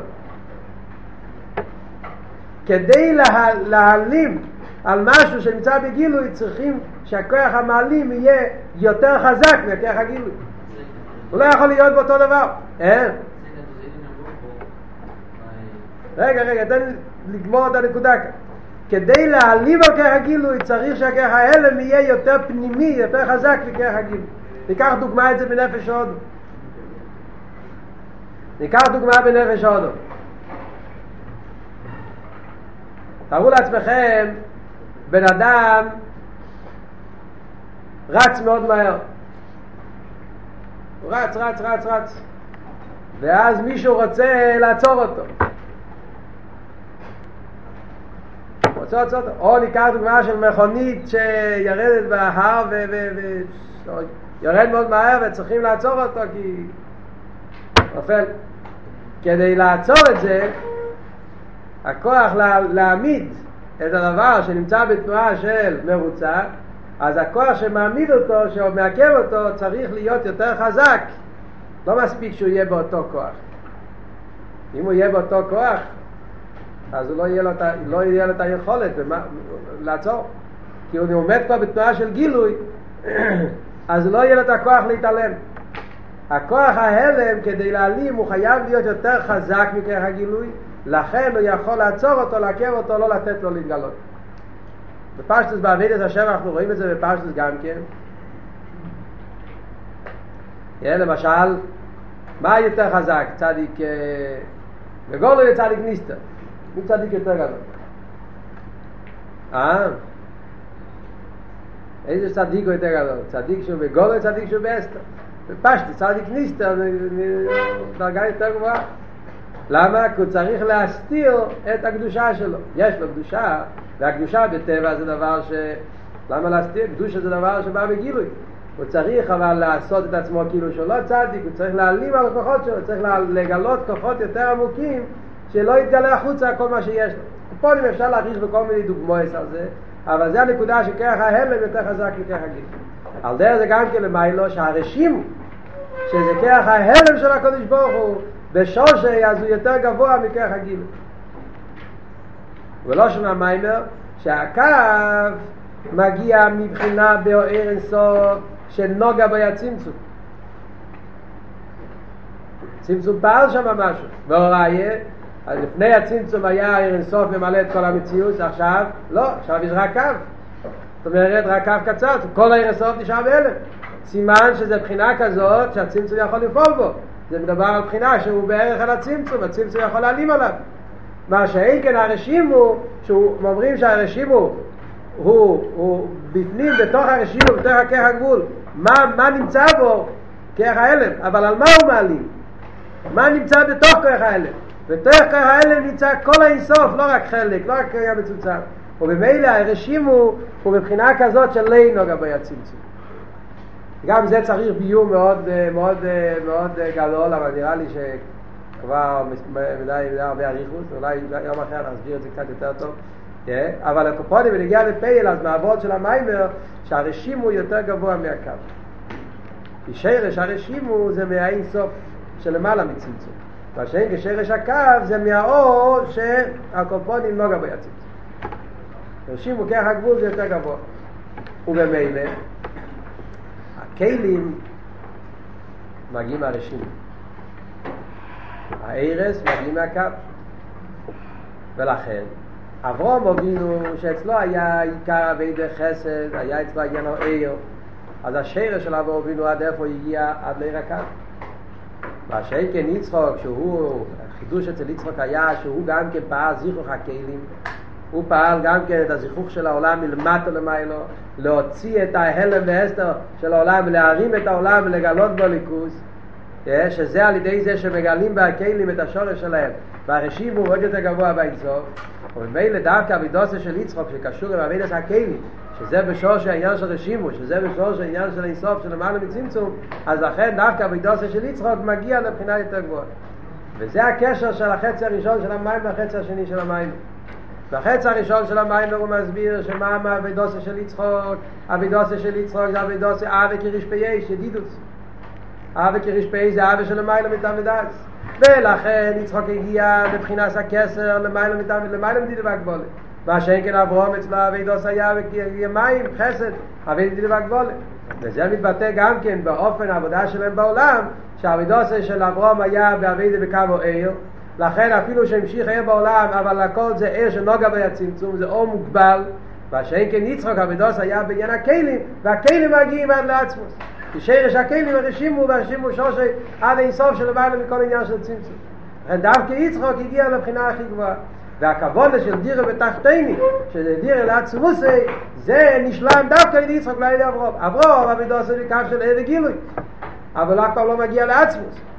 Speaker 1: כדי לה, להעלים על משהו שנמצא בגילוי, צריכים שהכוח המעלים יהיה יותר חזק מהכוח הגילוי. הוא לא יכול להיות באותו דבר. אה? רגע, רגע, תן לגמור את הנקודה כאן. כדי להעלים על כוח הגילוי, צריך שהכוח ההלם יהיה יותר פנימי, יותר חזק מכוח הגילוי. ניקח דוגמה את זה בנפש הודו. ניקח דוגמה בנפש הודו. תראו לעצמכם, בן אדם רץ מאוד מהר. הוא רץ, רץ, רץ, רץ. ואז מישהו רוצה לעצור אותו. רוצה לעצור אותו. או ניקח דוגמה של מכונית שירדת בהר ו... ו, ו יורד מאוד מהר וצריכים לעצור אותו כי נופל. כדי לעצור את זה, הכוח לה, להעמיד את הדבר שנמצא בתנועה של מרוצה, אז הכוח שמעמיד אותו, שמעכב אותו, צריך להיות יותר חזק. לא מספיק שהוא יהיה באותו כוח. אם הוא יהיה באותו כוח, אז הוא לא יהיה לו, לא יהיה לו את היכולת במה, לעצור. כי הוא עומד כבר בתנועה של גילוי, אז לא יהיה לו את הכוח להתעלם. הכוח ההלם כדי להעלים הוא חייב להיות יותר חזק מכוח הגילוי, לכן הוא יכול לעצור אותו, לעכב אותו, לא לתת לו להתגלות. בפשטוס בעבודת השם אנחנו רואים את זה בפשטוס גם כן. למשל, מה יותר חזק? צדיק בגולוי וצדיק ניסתר. מי צדיק יותר גדול? אה? איזה צדיק הוא יותר גדול? צדיק שהוא בגולוי, צדיק שהוא באסתר. בפשטוס צדיק ניסתר דרגה יותר גבוהה. למה? כי הוא צריך להסתיר את הקדושה שלו. יש לו קדושה, והקדושה בטבע זה דבר ש... למה להסתיר? קדושה זה דבר שבא בגילוי. הוא צריך אבל לעשות את עצמו כאילו שהוא לא צדיק, הוא צריך להעלים על הכוחות שלו, צריך לגלות כוחות יותר עמוקים שלא יתגלה החוצה כל מה שיש לו. פה אם אפשר להכניס בכל מיני דוגמאות על זה, אבל זה הנקודה שכך ההלם יותר חזק מכך הגילוי. על דרך זה גם כן למיילו שהרשימו, שזה כך ההלם של הקדוש ברוך הוא, בשושי אז הוא יותר גבוה מכך הגילוי. ולא שונה מיימר שהקו מגיע מבחינה באור אינסוף שנוגע ביצמצום. צמצום פעל שם משהו. והוראיה, אז לפני הצמצום היה אינסוף ממלא את כל המציאות, עכשיו לא, עכשיו יש רק קו. זאת אומרת רק קו קצר, כל האינסוף נשאר בהלם. סימן שזה בחינה כזאת שהצמצום יכול לפעול בו. זה מדבר על בחינה שהוא בערך על הצמצום, הצמצום יכול להעלים עליו. מה שאין כן הרשימו, שאומרים שהרשימו הוא, הוא בפנים בתוך הרשימו, בתוך הכך הגבול, מה, מה נמצא בו? כך ההלם, אבל על מה הוא מעלים? מה נמצא בתוך כך ההלם? בתוך כך ההלם נמצא כל האינסוף, לא רק חלק, לא רק היה מצוצר. ובמילא הרשימו הוא בבחינה כזאת של לי נוגע ביצמצום. גם זה צריך ביור מאוד מאוד מאוד גדול, אבל נראה לי שכבר מדי מדי הרבה אריכות, אולי יום אחר נסביר את זה קצת יותר טוב. אבל הקופונים ונגיע לפייל, אז מהעבוד של המיימר שהרשימו יותר גבוה מהקו. כי שרש הרשימו זה מהאין סוף שלמעלה מצמצום, מה שאין כשרש הקו זה מהאור שהקופונים נוגע ביצמצום. רשימו כך הגבול זה יותר גבוה. ובמילא הכלים מגיעים מהרשימו, הערס מגיעים מהקו. ולכן אברהם אבינו שאצלו היה עיקר עבודת חסד, היה אצלו עניין העיר, אז השרש של אברהם אבינו עד איפה הגיע? עד לעיר הקו. מה שכן יצחק, שהוא החידוש אצל יצחק היה שהוא גם כן פעל זיכוך הכלים, הוא פעל גם כן את הזיכוך של העולם מלמטה למיילו, להוציא את ההלם והסתר של העולם ולהרים את העולם ולגלות בו ליכוז, שזה על ידי זה שמגלים בהכלים את השורש שלהם, והרשימו הוא עוד יותר גבוה באינסוף. ובמילא דווקא הבידוסה של יצחק שקשור עם עבודת הכלים, שזה בשורש העניין של רשימו, שזה בשורש העניין של אינסוף של למעלה מצמצום, אז לכן דווקא הבידוסה של יצחק מגיע לבחינה יותר גבוהה. וזה הקשר של החצי הראשון של המים והחצי השני של המים. בחצי הראשון של המים הוא מסביר שמה הבידוסה של יצחק, הבידוסה של יצחק זה הבידוסה אהבה כריש פייש, ידידוס. אהבה כריש פייש זה אהבה של המים מתעמדס. ולכן יצחק הגיע לבחינת הכסר למעלה מתעמד, למעלה מדידה והגבולה. מה שאין כן אברהם אצלו הבידוס היה מים, חסד, הבידוס והגבולה. וזה מתבטא גם כן באופן העבודה שלהם בעולם, שהבידוס של אברהם היה בעבודה בקו עיר, לכן אפילו שהמשיך עיר בעולם, אבל הכל זה עיר שנוגע ביצמצום, זה אור מוגבל. מה שאין כן יצחק הבידוס היה בעניין הכלים, והכלים מגיעים עד לעצמוס. שרש הכלים הרשימו והרשימו שושי עד אינסוף של למעלה מכל עניין של צמצום. לכן דווקא יצחק הגיע לבחינה הכי גבוהה. והכבוד של דירה בתחתיני, שזה דירה לעצמוסי, זה נשלם דווקא על יצחק, לא על ידי אברהם. אברהם הבידוס זה קו של עד הגילוי, אבל אף פעם לא מגיע לעצמוס.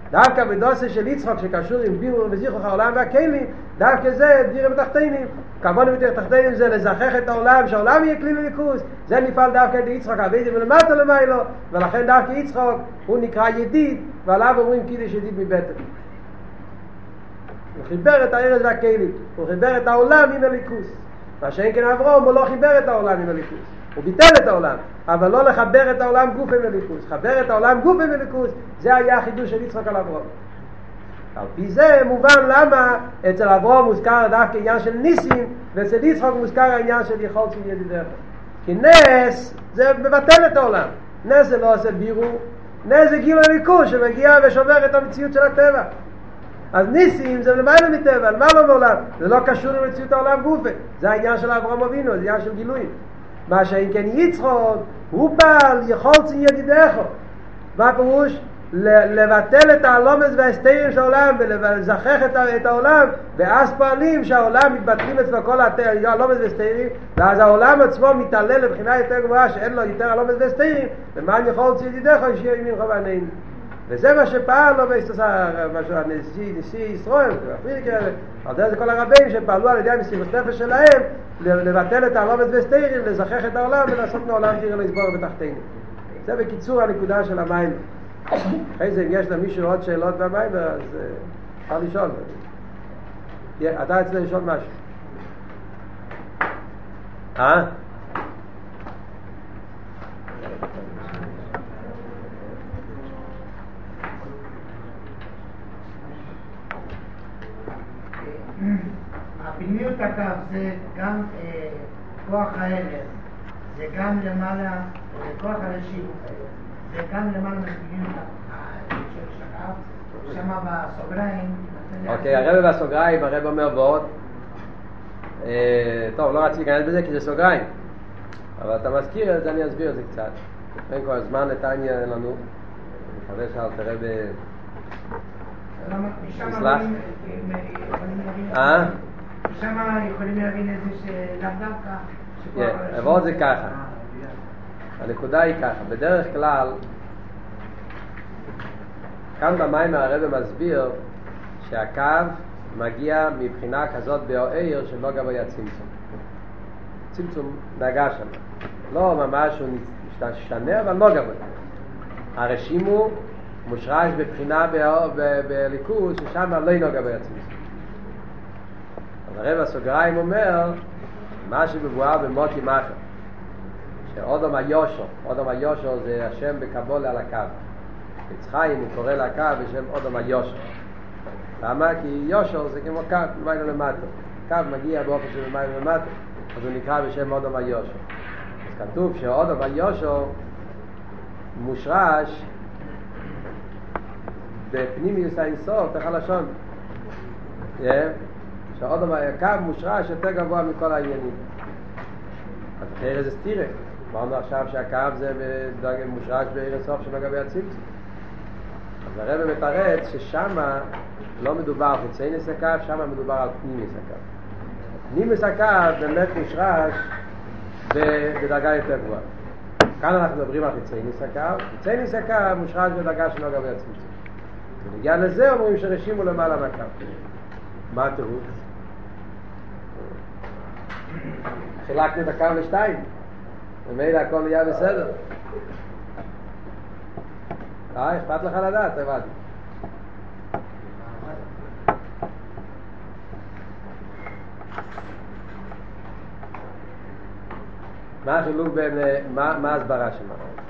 Speaker 1: דווקא בדוסה של יצחק שקשור עם בירור וזיכוך העולם והכלים, דווקא זה דירה בתחתינים. כמובן בתחתינים זה לזכח את העולם, שהעולם יהיה כלי לליכוז. זה נפעל דווקא על יצחק, הבידי ולמטה למיילו, ולכן דווקא יצחק הוא נקרא ידיד, ועליו אומרים קידש ידיד מבטן. הוא חיבר את הארץ והכלים, הוא חיבר את העולם עם הליכוז. מה שאין כן אברהם, הוא לא חיבר את העולם עם הליכוז. הוא ביטל את העולם, אבל לא לחבר את העולם גוף עם הליכוז. חבר את העולם גוף עם הליכוז, זה היה החידוש של יצחק על אברהם. על פי זה מובן למה אצל אברהם מוזכר דווקא עניין של ניסים, ואצל יצחק מוזכר העניין של יכולת של ידידך. כי נס זה מבטל את העולם. נס זה לא עושה בירור, נס זה גילוי הליכוז שמגיע ושובר את המציאות של הטבע. אז ניסים זה למעלה מטבע, למעלה מעולם. זה לא קשור למציאות העולם גופה. זה העניין של אברהם אבינו, זה עניין של גילויים. מה שאם כן יצחק הוא בעל יכולת ידידך. מה פירוש? לבטל את העלומס וההסתרים של העולם ולזכח את העולם, ואז פועלים שהעולם מתבטלים אצלו כל העלומס וההסתרים, ואז העולם עצמו מתעלה לבחינה יותר גבוהה שאין לו יותר העלומס וההסתרים, למען יכולת ידידך שיהיה ימינך ועננו. וזה מה שפעל לו נשיא, נשיא ישראל, על זה כל הרבים שפעלו על ידי המסירות נפש שלהם לבטל את העלומס וההסתרים, לזכח את העולם ולעשות מהעולם דירה לסבור בתחתינו. זה בקיצור הנקודה של המים. אחרי זה אם יש למישהו עוד שאלות במים, אז אפשר לשאול. אתה רוצה לשאול משהו? אה?
Speaker 2: הפנימיות הקו זה גם כוח הערך, זה גם למעלה, כוח הראשית, זה גם למעלה מהפנימיות של הקו, שמה בסוגריים.
Speaker 1: אוקיי, הרב בסוגריים, הרב אומר ועוד. טוב, לא רציתי להיכנס בזה כי זה סוגריים, אבל אתה מזכיר את זה, אני אסביר את זה קצת. אין כל הזמן לתניה לנו, אני מקווה שאל תראה ב...
Speaker 2: משם יכולים להבין את זה שלאו דווקא
Speaker 1: עבוד זה ככה, הנקודה היא ככה, בדרך כלל כאן במים הרב מסביר שהקו מגיע מבחינה כזאת באוהר שלא גם היה צמצום צמצום דאגה שם, לא ממש הוא משתנה אבל לא גם הרשימו מושרש בבחינה בליכוז ששם לא ינוגע בעצמי. אז הרב הסוגריים אומר מה שמבואר במוטי מחר שאודום היושו, אודום היושו זה השם בקבולה על הקו. יצחיים הוא קורא לקו בשם אודום היושו. למה? כי יושו זה כמו קו מיילה למטה. קו מגיע באופן של מיילה למטה, אז הוא נקרא בשם אודום היושו. אז כתוב שאודום היושו מושרש בפנימיוס האינסוף, תחל לשון. שהאודום הקו מושרש יותר גבוה מכל העניינים. אז אחרי זה סתירה. אמרנו עכשיו שהקו זה מושרש באינסוף שלגבי הצמצום. אז הרב מתרץ ששמה לא מדובר על חיצייניס הקו, שמה מדובר על פנימיוס הקו. פנימיוס הקו באמת מושרש בדרגה יותר גבוהה. כאן אנחנו מדברים על חיצייניס הקו. חיצייניס הקו מושרש בדרגה שלגבי הצמצום. ונגיע לזה אומרים שרשימו למעלה מהקו. מה התירוץ? חילקנו את הקו לשתיים ומילא הכל נהיה בסדר. אה, אכפת לך לדעת, הבנתי. מה החילוק בין, מה, מה ההסברה שלנו?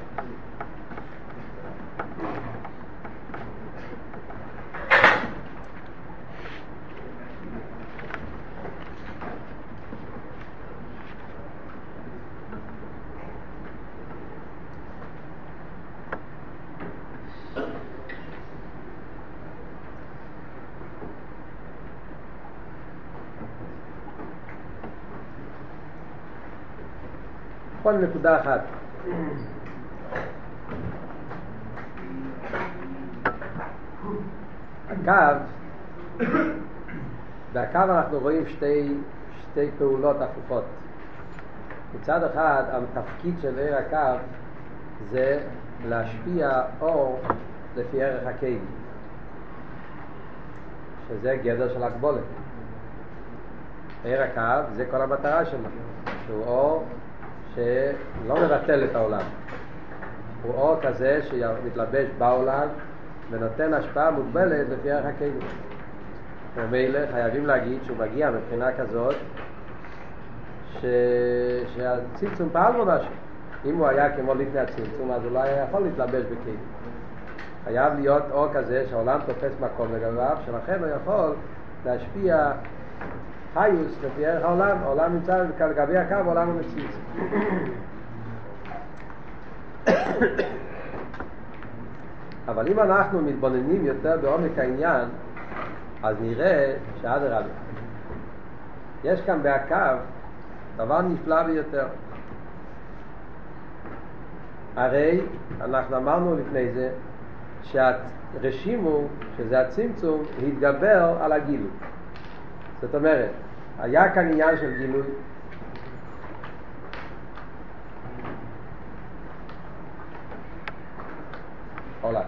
Speaker 1: כל נקודה אחת. הקו, בקו אנחנו רואים שתי, שתי פעולות הפוכות. מצד אחד, התפקיד של עיר הקו זה להשפיע אור לפי ערך הקיידי. שזה גדר של הגבולת. עיר הקו זה כל המטרה שלו, שהוא אור שלא מבטל את העולם, הוא אור כזה שמתלבש בעולם ונותן השפעה מוגבלת לפי ערך הכלים. ומילא חייבים להגיד שהוא מגיע מבחינה כזאת ש... שהצמצום פעל בו משהו. אם הוא היה כמו לפני הצמצום אז הוא לא היה יכול להתלבש בכלים. חייב להיות אור כזה שהעולם תופס מקום לגביו, שלכן הוא יכול להשפיע חיוס לפי ערך העולם. העולם נמצא לגבי הקו, העולם הוא מציץ. אבל אם אנחנו מתבוננים יותר בעומק העניין, אז נראה שעד הרבה יש כאן בהקו דבר נפלא ביותר. הרי אנחנו אמרנו לפני זה שהרשימו, שזה הצמצום, התגבר על הגילוי. זאת אומרת, היה כאן עניין של גילוי, עולה.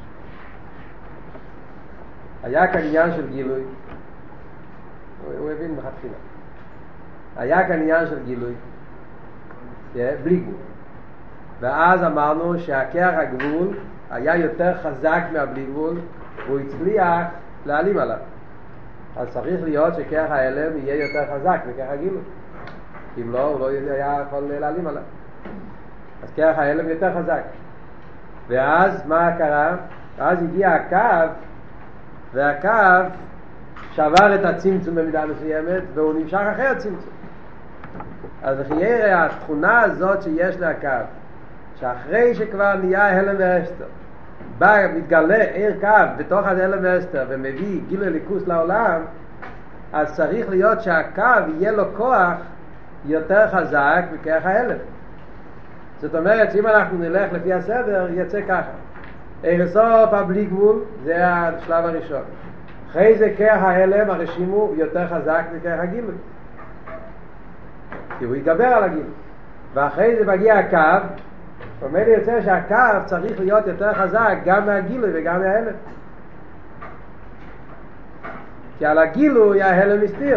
Speaker 1: היה כאן עניין של גילוי, הוא, הוא הבין בחתחילה. היה כאן עניין של גילוי, בלי גבול. ואז אמרנו שהכרח הגבול היה יותר חזק מהבלי גבול, והוא הצליח להעלים עליו. אז צריך להיות שכרח ההלם יהיה יותר חזק מכרח הגילוי. אם לא, הוא לא היה יכול להעלים עליו. אז כרח ההלם יותר חזק. ואז מה קרה? אז הגיע הקו, והקו שבר את הצמצום במידה מסוימת, והוא נמשך אחרי הצמצום. אז לחייר התכונה הזאת שיש להקו, שאחרי שכבר נהיה הלם ואסתר, בא, מתגלה עיר קו בתוך ההלם ואסתר, ומביא גילוי ליכוס לעולם, אז צריך להיות שהקו יהיה לו כוח יותר חזק מכרך ההלם. זאת אומרת שאם אנחנו נלך לפי הסדר, יצא ככה. עיר סוף הבלי גבול, זה השלב הראשון. אחרי זה כרך ההלם, הרשימו יותר חזק מכרך הגילוי. כי הוא יתגבר על הגילוי. ואחרי זה מגיע הקו, אומר לי יוצא שהקו צריך להיות יותר חזק גם מהגילוי וגם מההלם. כי על הגילוי ההלם מסתיר.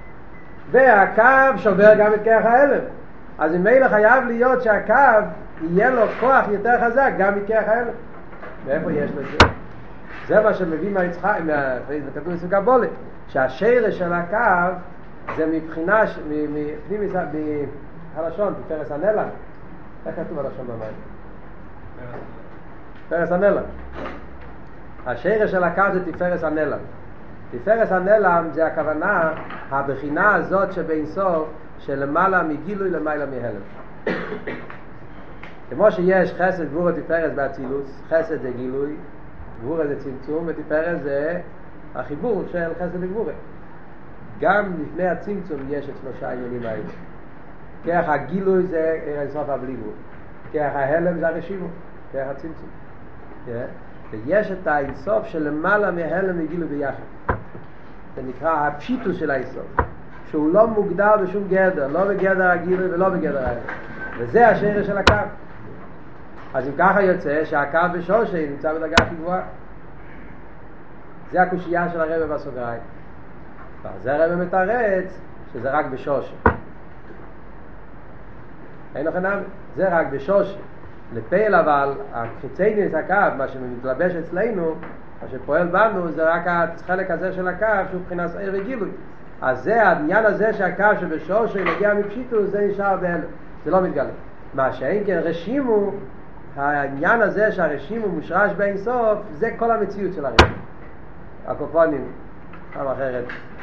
Speaker 1: והקו שובר גם את כרך ההלם. אז אם מילא חייב להיות שהקו יהיה לו כוח יותר חזק גם מכרך ההלם. מאיפה יש לזה? זה מה שמביא מהיצחק, כתוב בסוג הבולת, שהשרש של הקו זה מבחינה, מפנים מהלשון, תפרס הנלם. איך כתוב הלשון במים? תפרס הנלם. השרש של הקו זה תפרס הנלם. תפרס הנלם זה הכוונה, הבחינה הזאת שבין סוף, שלמעלה מגילוי למעלה מהלם. כמו שיש חסד גבורה תפרס באצילוס, חסד זה גילוי, גבורה זה צמצום, ותפרס זה החיבור של חסד לגבורה. גם לפני הצמצום יש את שלושה עניינים האלה. כרך הגילוי זה אינסוף הבלי גבול, כרך ההלם זה הרשימו, כרך הצמצום. ויש את האינסוף שלמעלה מהלם מגילוי ביחד. זה נקרא הפשיטוס של האינסוף, שהוא לא מוגדר בשום גדר, לא בגדר הגילוי ולא בגדר ההלם. וזה השרש של הקו. אז אם ככה יוצא שהקו בשושי נמצא בדרגה הכי גבוהה. זה הקושייה של הרב בסוגריים. וזה הרב מתרץ שזה רק בשושי. אין לכם נאמר, זה רק בשושי. לפעיל אבל, החיצייניס הקו, מה שמתלבש אצלנו, מה שפועל בנו, זה רק החלק הזה של הקו שהוא מבחינת עיר וגילוי. אז זה העניין הזה שהקו שבשושי מגיע מפשיטוס, זה נשאר בהלם. זה לא מתגלה. מה שאין כן רשימו, העניין הזה שהרשימו מושרש באין סוף, זה כל המציאות של הרשימו. הקופונים, פעם אחרת.